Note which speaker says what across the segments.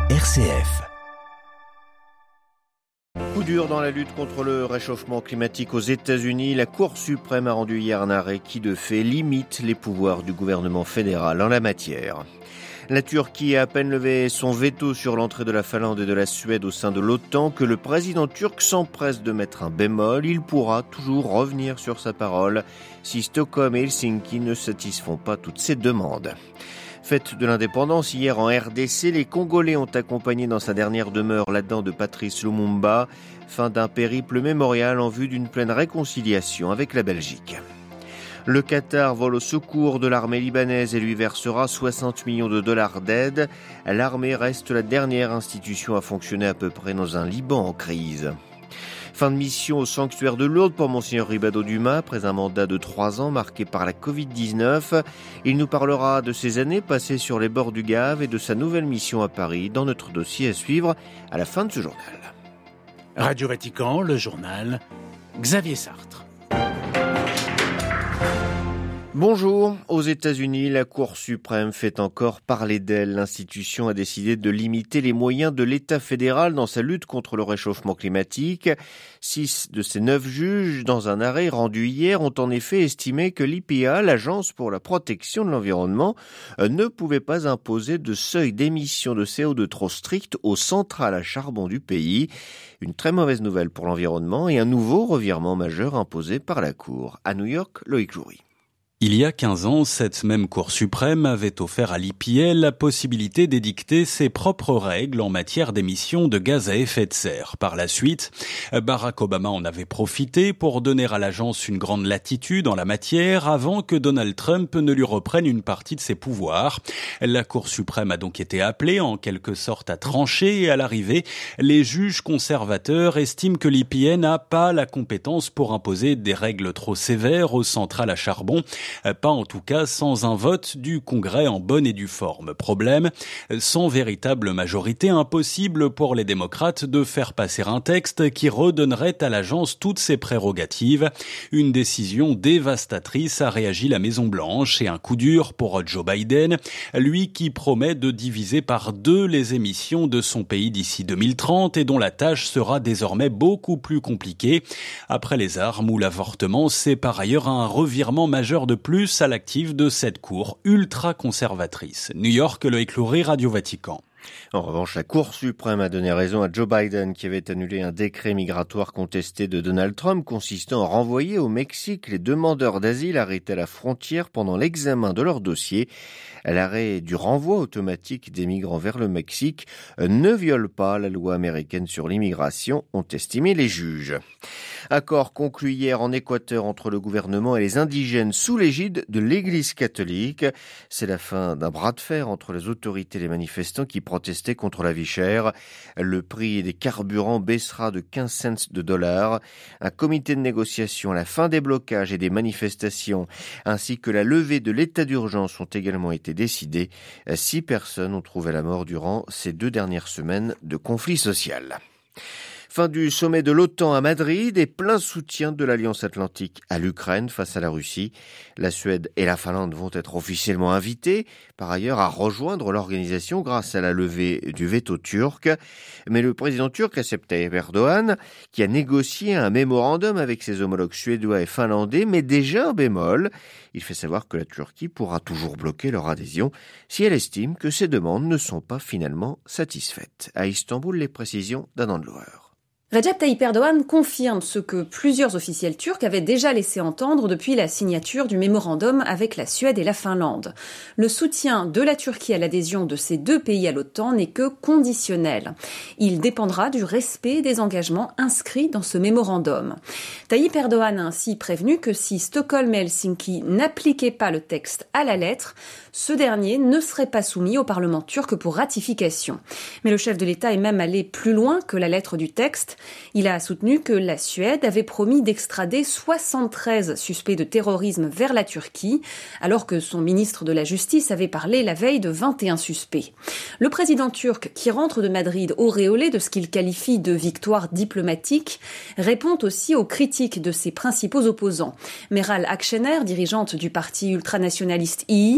Speaker 1: RCF.
Speaker 2: Coup dur dans la lutte contre le réchauffement climatique aux États-Unis. La Cour suprême a rendu hier un arrêt qui, de fait, limite les pouvoirs du gouvernement fédéral en la matière. La Turquie a à peine levé son veto sur l'entrée de la Finlande et de la Suède au sein de l'OTAN que le président turc s'empresse de mettre un bémol. Il pourra toujours revenir sur sa parole si Stockholm et Helsinki ne satisfont pas toutes ses demandes. Fête de l'indépendance hier en RDC, les Congolais ont accompagné dans sa dernière demeure la dent de Patrice Lumumba. Fin d'un périple mémorial en vue d'une pleine réconciliation avec la Belgique. Le Qatar vole au secours de l'armée libanaise et lui versera 60 millions de dollars d'aide. L'armée reste la dernière institution à fonctionner à peu près dans un Liban en crise. Fin de mission au sanctuaire de Lourdes pour Monseigneur Ribado Dumas, après un mandat de 3 ans marqué par la Covid-19. Il nous parlera de ses années passées sur les bords du Gave et de sa nouvelle mission à Paris dans notre dossier à suivre à la fin de ce journal.
Speaker 3: Radio Vatican, le journal, Xavier Sartre.
Speaker 2: Bonjour. Aux États-Unis, la Cour suprême fait encore parler d'elle. L'institution a décidé de limiter les moyens de l'État fédéral dans sa lutte contre le réchauffement climatique. 6 de ces 9 juges, dans un arrêt rendu hier, ont en effet estimé que l'EPA, l'Agence pour la protection de l'environnement, ne pouvait pas imposer de seuil d'émission de CO2 trop strict aux centrales à charbon du pays. Une très mauvaise nouvelle pour l'environnement et un nouveau revirement majeur imposé par la Cour. À New York, Loïc Loury.
Speaker 4: Il y a 15 ans, cette même Cour suprême avait offert à l'EPA la possibilité d'édicter ses propres règles en matière d'émissions de gaz à effet de serre. Par la suite, Barack Obama en avait profité pour donner à l'agence une grande latitude en la matière avant que Donald Trump ne lui reprenne une partie de ses pouvoirs. La Cour suprême a donc été appelée en quelque sorte à trancher et à l'arrivée, les juges conservateurs estiment que l'EPA n'a pas la compétence pour imposer des règles trop sévères aux centrales à charbon. Pas en tout cas sans un vote du Congrès en bonne et due forme. Problème, sans véritable majorité, impossible pour les démocrates de faire passer un texte qui redonnerait à l'agence toutes ses prérogatives. Une décision dévastatrice, a réagi la Maison-Blanche, et un coup dur pour Joe Biden, lui qui promet de diviser par 2 les émissions de son pays d'ici 2030 et dont la tâche sera désormais beaucoup plus compliquée. Après les armes ou l'avortement, c'est par ailleurs un revirement majeur de plus à l'actif de cette cour ultra-conservatrice. New York, Loïc Loury, Radio Vatican.
Speaker 2: En revanche, la Cour suprême a donné raison à Joe Biden qui avait annulé un décret migratoire contesté de Donald Trump consistant à renvoyer au Mexique les demandeurs d'asile arrêtés à la frontière pendant l'examen de leur dossier. L'arrêt du renvoi automatique des migrants vers le Mexique ne viole pas la loi américaine sur l'immigration, ont estimé les juges. Accord conclu hier en Équateur entre le gouvernement et les indigènes sous l'égide de l'Église catholique. C'est la fin d'un bras de fer entre les autorités et les manifestants qui protestaient contre la vie chère. Le prix des carburants baissera de 15 cents de dollars. Un comité de négociation à la fin des blocages et des manifestations ainsi que la levée de l'état d'urgence ont également été décidés. 6 personnes ont trouvé la mort durant ces 2 dernières semaines de conflit social. Fin du sommet de l'OTAN à Madrid et plein soutien de l'Alliance Atlantique à l'Ukraine face à la Russie. La Suède et la Finlande vont être officiellement invitées, par ailleurs, à rejoindre l'organisation grâce à la levée du veto turc. Mais le président turc Recep Tayyip Erdogan, qui a négocié un mémorandum avec ses homologues suédois et finlandais, met déjà un bémol. Il fait savoir que la Turquie pourra toujours bloquer leur adhésion si elle estime que ses demandes ne sont pas finalement satisfaites. À Istanbul, les précisions d'Adnan Louer.
Speaker 5: Recep Tayyip Erdogan confirme ce que plusieurs officiels turcs avaient déjà laissé entendre depuis la signature du mémorandum avec la Suède et la Finlande. Le soutien de la Turquie à l'adhésion de ces 2 pays à l'OTAN n'est que conditionnel. Il dépendra du respect des engagements inscrits dans ce mémorandum. Tayyip Erdogan a ainsi prévenu que si Stockholm et Helsinki n'appliquaient pas le texte à la lettre, ce dernier ne serait pas soumis au Parlement turc pour ratification. Mais le chef de l'État est même allé plus loin que la lettre du texte. Il a soutenu que la Suède avait promis d'extrader 73 suspects de terrorisme vers la Turquie, alors que son ministre de la Justice avait parlé la veille de 21 suspects. Le président turc, qui rentre de Madrid auréolé de ce qu'il qualifie de victoire diplomatique, répond aussi aux critiques de ses principaux opposants. Meral Akşener, dirigeante du parti ultranationaliste II,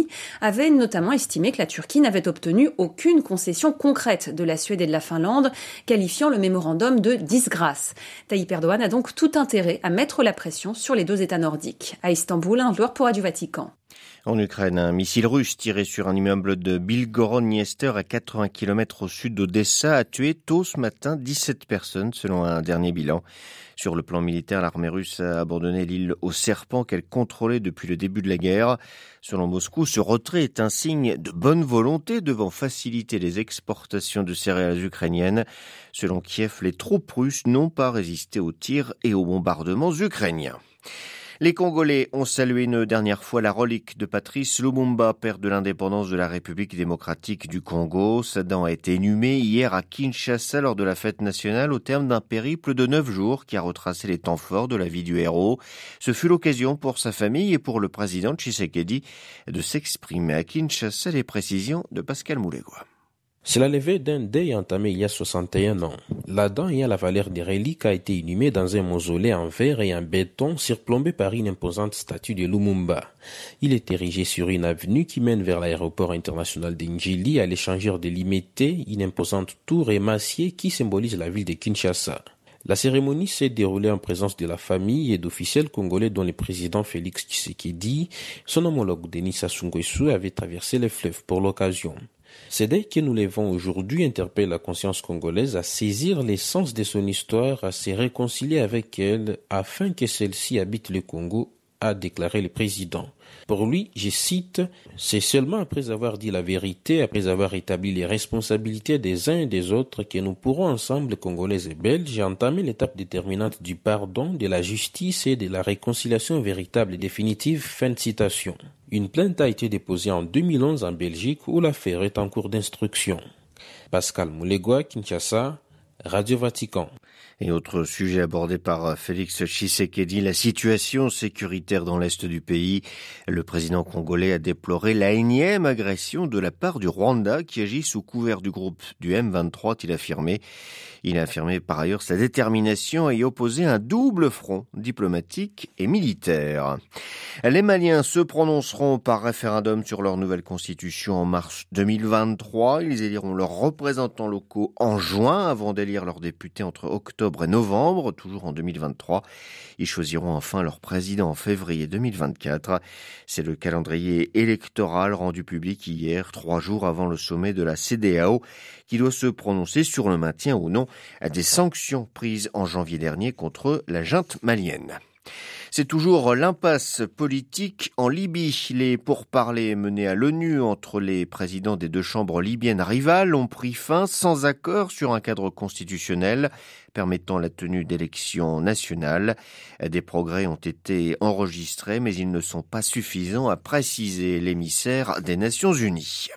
Speaker 5: avait notamment estimé que la Turquie n'avait obtenu aucune concession concrète de la Suède et de la Finlande, qualifiant le mémorandum de disgrâce. Tayyip Erdogan a donc tout intérêt à mettre la pression sur les deux États nordiques. À Istanbul, un joueur pour Radio Vatican.
Speaker 2: En Ukraine, un missile russe tiré sur un immeuble de Bilgorod-Dniester à 80 km au sud d'Odessa a tué tôt ce matin 17 personnes selon un dernier bilan. Sur le plan militaire, l'armée russe a abandonné l'île aux serpents qu'elle contrôlait depuis le début de la guerre. Selon Moscou, ce retrait est un signe de bonne volonté devant faciliter les exportations de céréales ukrainiennes. Selon Kiev, les troupes russes n'ont pas résisté aux tirs et aux bombardements ukrainiens. Les Congolais ont salué une dernière fois la relique de Patrice Lumumba, père de l'indépendance de la République démocratique du Congo. Sa dent a été inhumée hier à Kinshasa lors de la fête nationale au terme d'un périple de 9 jours qui a retracé les temps forts de la vie du héros. Ce fut l'occasion pour sa famille et pour le président Tshisekedi de s'exprimer à Kinshasa. Les précisions de Pascal Moulegua.
Speaker 1: C'est la levée d'un deuil entamé il y a 61 ans. La dent ayant la valeur des reliques a été inhumée dans un mausolée en verre et en béton surplombé par une imposante statue de Lumumba. Il est érigé sur une avenue qui mène vers l'aéroport international d'Njili à l'échangeur de Limete, une imposante tour émaciée qui symbolise la ville de Kinshasa. La cérémonie s'est déroulée en présence de la famille et d'officiels congolais dont le président Félix Tshisekedi, son homologue Denis Sassou Nguesso avait traversé les fleuves pour l'occasion. Ces deuils que nous levons aujourd'hui interpellent la conscience congolaise à saisir l'essence de son histoire, à se réconcilier avec elle afin que celle-ci habite le Congo, a déclaré le président. Pour lui, je cite, « C'est seulement après avoir dit la vérité, après avoir établi les responsabilités des uns et des autres que nous pourrons ensemble, Congolais et Belges, entamer l'étape déterminante du pardon, de la justice et de la réconciliation véritable et définitive. » Fin de citation. Une plainte a été déposée en 2011 en Belgique où l'affaire est en cours d'instruction. Pascal Moulegua, Kinshasa, Radio Vatican.
Speaker 2: Et autre sujet abordé par Félix Tshisekedi, la situation sécuritaire dans l'est du pays. Le président congolais a déploré la énième agression de la part du Rwanda qui agit sous couvert du groupe du M23, il a affirmé. Il a affirmé par ailleurs sa détermination à y opposer un double front diplomatique et militaire. Les Maliens se prononceront par référendum sur leur nouvelle constitution en mars 2023. Ils éliront leurs représentants locaux en juin avant d'élire leurs députés entre octobre et novembre, toujours en 2023. Ils choisiront enfin leur président en février 2024. C'est le calendrier électoral rendu public hier, 3 jours avant le sommet de la CEDEAO, qui doit se prononcer sur le maintien ou non des sanctions prises en janvier dernier contre la junte malienne. C'est toujours l'impasse politique en Libye. Les pourparlers menés à l'ONU entre les présidents des deux chambres libyennes rivales ont pris fin sans accord sur un cadre constitutionnel permettant la tenue d'élections nationales. Des progrès ont été enregistrés, mais ils ne sont pas suffisants, a précisé l'émissaire des Nations Unies.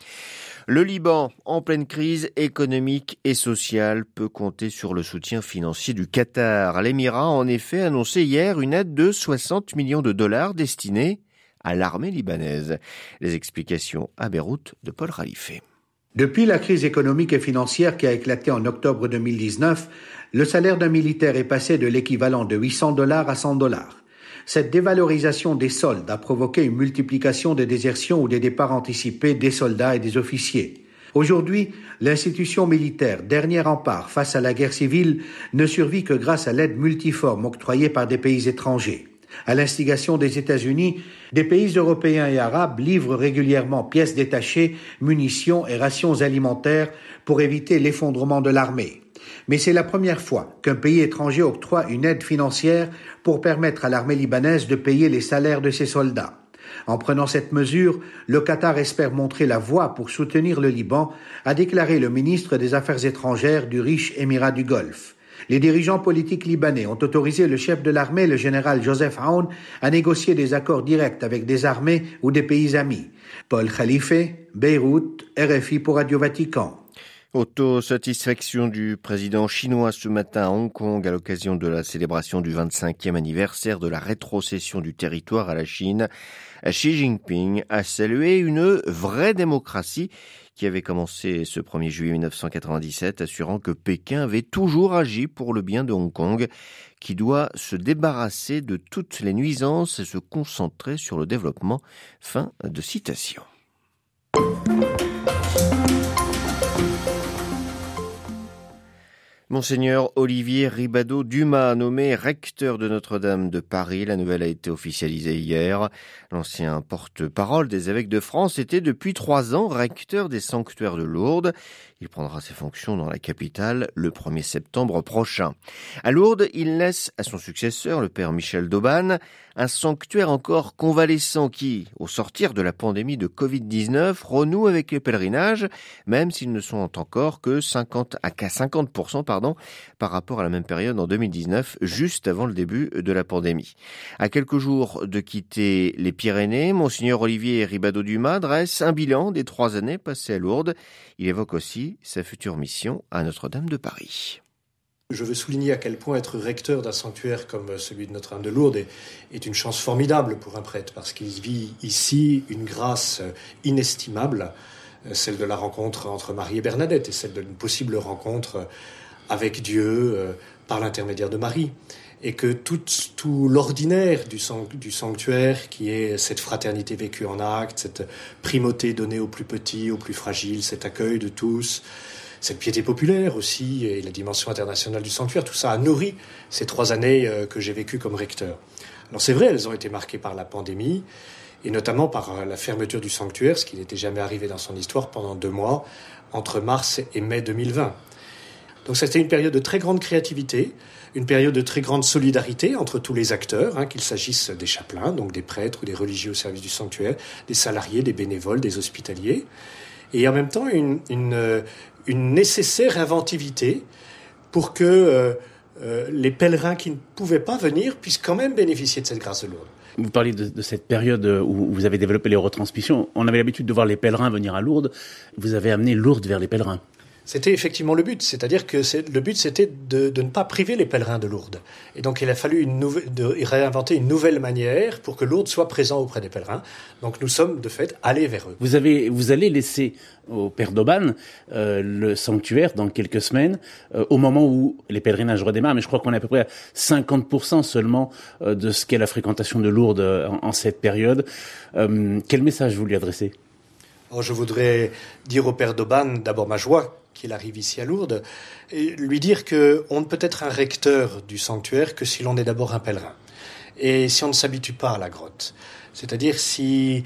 Speaker 2: Le Liban, en pleine crise économique et sociale, peut compter sur le soutien financier du Qatar. L'Émirat a en effet annoncé hier une aide de 60 millions de dollars destinée à l'armée libanaise. Les explications à Beyrouth de Paul Khalife.
Speaker 6: Depuis la crise économique et financière qui a éclaté en octobre 2019, le salaire d'un militaire est passé de l'équivalent de 800 dollars à 100 dollars. Cette dévalorisation des soldes a provoqué une multiplication des désertions ou des départs anticipés des soldats et des officiers. Aujourd'hui, l'institution militaire, dernier rempart face à la guerre civile, ne survit que grâce à l'aide multiforme octroyée par des pays étrangers. À l'instigation des États-Unis, des pays européens et arabes livrent régulièrement pièces détachées, munitions et rations alimentaires pour éviter l'effondrement de l'armée. Mais c'est la première fois qu'un pays étranger octroie une aide financière pour permettre à l'armée libanaise de payer les salaires de ses soldats. En prenant cette mesure, le Qatar espère montrer la voie pour soutenir le Liban, a déclaré le ministre des Affaires étrangères du riche Émirat du Golfe. Les dirigeants politiques libanais ont autorisé le chef de l'armée, le général Joseph Aoun, à négocier des accords directs avec des armées ou des pays amis. Paul Khalife, Beyrouth, RFI pour Radio Vatican.
Speaker 2: Autosatisfaction du président chinois ce matin à Hong Kong à l'occasion de la célébration du 25e anniversaire de la rétrocession du territoire à la Chine. Xi Jinping a salué une vraie démocratie qui avait commencé ce 1er juillet 1997, assurant que Pékin avait toujours agi pour le bien de Hong Kong, qui doit se débarrasser de toutes les nuisances et se concentrer sur le développement. Fin de citation. Monseigneur Olivier Ribadeau-Dumas, nommé recteur de Notre-Dame de Paris. La nouvelle a été officialisée hier. L'ancien porte-parole des évêques de France était depuis 3 ans recteur des sanctuaires de Lourdes. Il prendra ses fonctions dans la capitale le 1er septembre prochain. À Lourdes, il laisse à son successeur, le père Michel d'Aubagne, un sanctuaire encore convalescent qui, au sortir de la pandémie de Covid-19, renoue avec les pèlerinages, même s'ils ne sont encore que 50% par rapport à la même période en 2019, juste avant le début de la pandémie. À quelques jours de quitter les Pyrénées, Monseigneur Olivier Ribadeau-Dumas dresse un bilan des 3 années passées à Lourdes. Il évoque aussi sa future mission à Notre-Dame de Paris.
Speaker 7: Je veux souligner à quel point être recteur d'un sanctuaire comme celui de Notre-Dame de Lourdes est une chance formidable pour un prêtre, parce qu'il vit ici une grâce inestimable, celle de la rencontre entre Marie et Bernadette et celle d'une possible rencontre avec Dieu par l'intermédiaire de Marie. Et que tout l'ordinaire du sanctuaire, qui est cette fraternité vécue en acte, cette primauté donnée aux plus petits, aux plus fragiles, cet accueil de tous, cette piété populaire aussi, et la dimension internationale du sanctuaire, tout ça a nourri ces 3 années que j'ai vécues comme recteur. Alors c'est vrai, elles ont été marquées par la pandémie, et notamment par la fermeture du sanctuaire, ce qui n'était jamais arrivé dans son histoire, pendant 2 mois, entre mars et mai 2020. Donc c'était une période de très grande créativité, une période de très grande solidarité entre tous les acteurs, qu'il s'agisse des chapelains, donc des prêtres ou des religieux au service du sanctuaire, des salariés, des bénévoles, des hospitaliers, et en même temps une nécessaire inventivité pour que les pèlerins qui ne pouvaient pas venir puissent quand même bénéficier de cette grâce de Lourdes.
Speaker 8: Vous parlez de cette période où vous avez développé les retransmissions. On avait l'habitude de voir les pèlerins venir à Lourdes. Vous avez amené Lourdes vers les pèlerins.
Speaker 7: C'était effectivement le but, c'est-à-dire que le but c'était de ne pas priver les pèlerins de Lourdes. Et donc il a fallu réinventer une nouvelle manière pour que Lourdes soit présent auprès des pèlerins. Donc nous sommes de fait allés vers eux.
Speaker 8: Vous allez laisser au père d'Aubagne le sanctuaire dans quelques semaines, au moment où les pèlerinages redémarrent, mais je crois qu'on est à peu près à 50% seulement de ce qu'est la fréquentation de Lourdes en cette période. Quel message vous lui adressez ?
Speaker 7: Alors, je voudrais dire au père d'Aubagne d'abord ma joie qu'il arrive ici à Lourdes, et lui dire qu'on ne peut être un recteur du sanctuaire que si l'on est d'abord un pèlerin. Et si on ne s'habitue pas à la grotte. C'est-à-dire si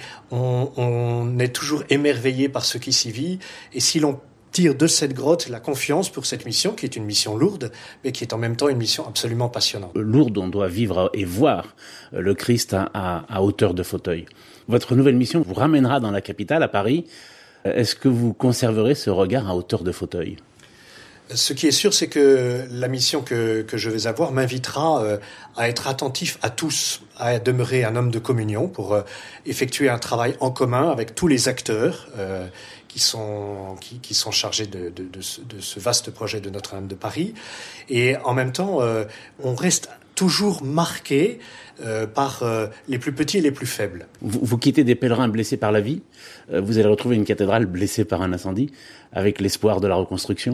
Speaker 7: on est toujours émerveillé par ce qui s'y vit, et si l'on tire de cette grotte la confiance pour cette mission, qui est une mission lourde, mais qui est en même temps une mission absolument passionnante.
Speaker 8: Lourdes, on doit vivre et voir le Christ à hauteur de fauteuil. Votre nouvelle mission vous ramènera dans la capitale, à Paris. Est-ce que vous conserverez ce regard à hauteur de fauteuil ?
Speaker 7: Ce qui est sûr, c'est que la mission que je vais avoir m'invitera à être attentif à tous, à demeurer un homme de communion pour effectuer un travail en commun avec tous les acteurs qui sont chargés de ce vaste projet de Notre-Dame de Paris. Et en même temps, on reste toujours marqué par les plus petits et les plus faibles.
Speaker 8: Vous quittez des pèlerins blessés par la vie, vous allez retrouver une cathédrale blessée par un incendie, avec l'espoir de la reconstruction.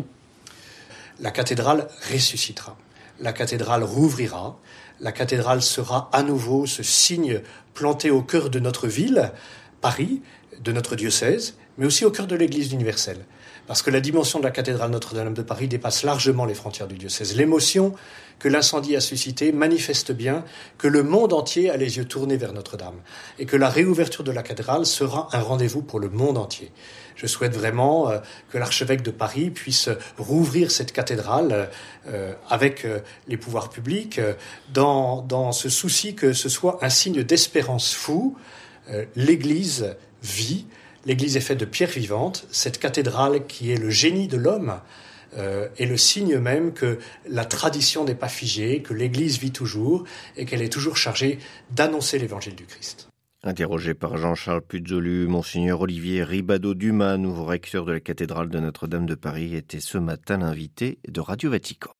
Speaker 7: La cathédrale ressuscitera, la cathédrale rouvrira, la cathédrale sera à nouveau ce signe planté au cœur de notre ville, Paris, de notre diocèse, mais aussi au cœur de l'Église universelle. Parce que la dimension de la cathédrale Notre-Dame de Paris dépasse largement les frontières du diocèse. L'émotion que l'incendie a suscité manifeste bien que le monde entier a les yeux tournés vers Notre-Dame et que la réouverture de la cathédrale sera un rendez-vous pour le monde entier. Je souhaite vraiment que l'archevêque de Paris puisse rouvrir cette cathédrale avec les pouvoirs publics dans ce souci que ce soit un signe d'espérance fou. L'Église vit. L'Église est faite de pierres vivantes. Cette cathédrale qui est le génie de l'homme est le signe même que la tradition n'est pas figée, que l'Église vit toujours et qu'elle est toujours chargée d'annoncer l'évangile du Christ.
Speaker 2: Interrogé par Jean-Charles Puzolu, Monseigneur Olivier Ribadeau-Dumas, nouveau recteur de la cathédrale de Notre-Dame de Paris, était ce matin l'invité de Radio Vatican.